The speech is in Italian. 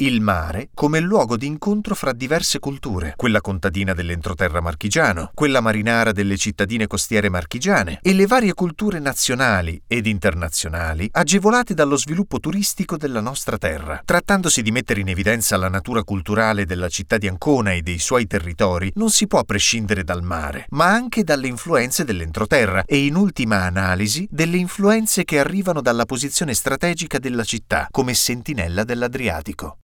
Il mare come luogo di incontro fra diverse culture, quella contadina dell'entroterra marchigiano, quella marinara delle cittadine costiere marchigiane e le varie culture nazionali ed internazionali agevolate dallo sviluppo turistico della nostra terra. Trattandosi di mettere in evidenza la natura culturale della città di Ancona e dei suoi territori, non si può prescindere dal mare, ma anche dalle influenze dell'entroterra e, in ultima analisi, delle influenze che arrivano dalla posizione strategica della città come sentinella dell'Adriatico.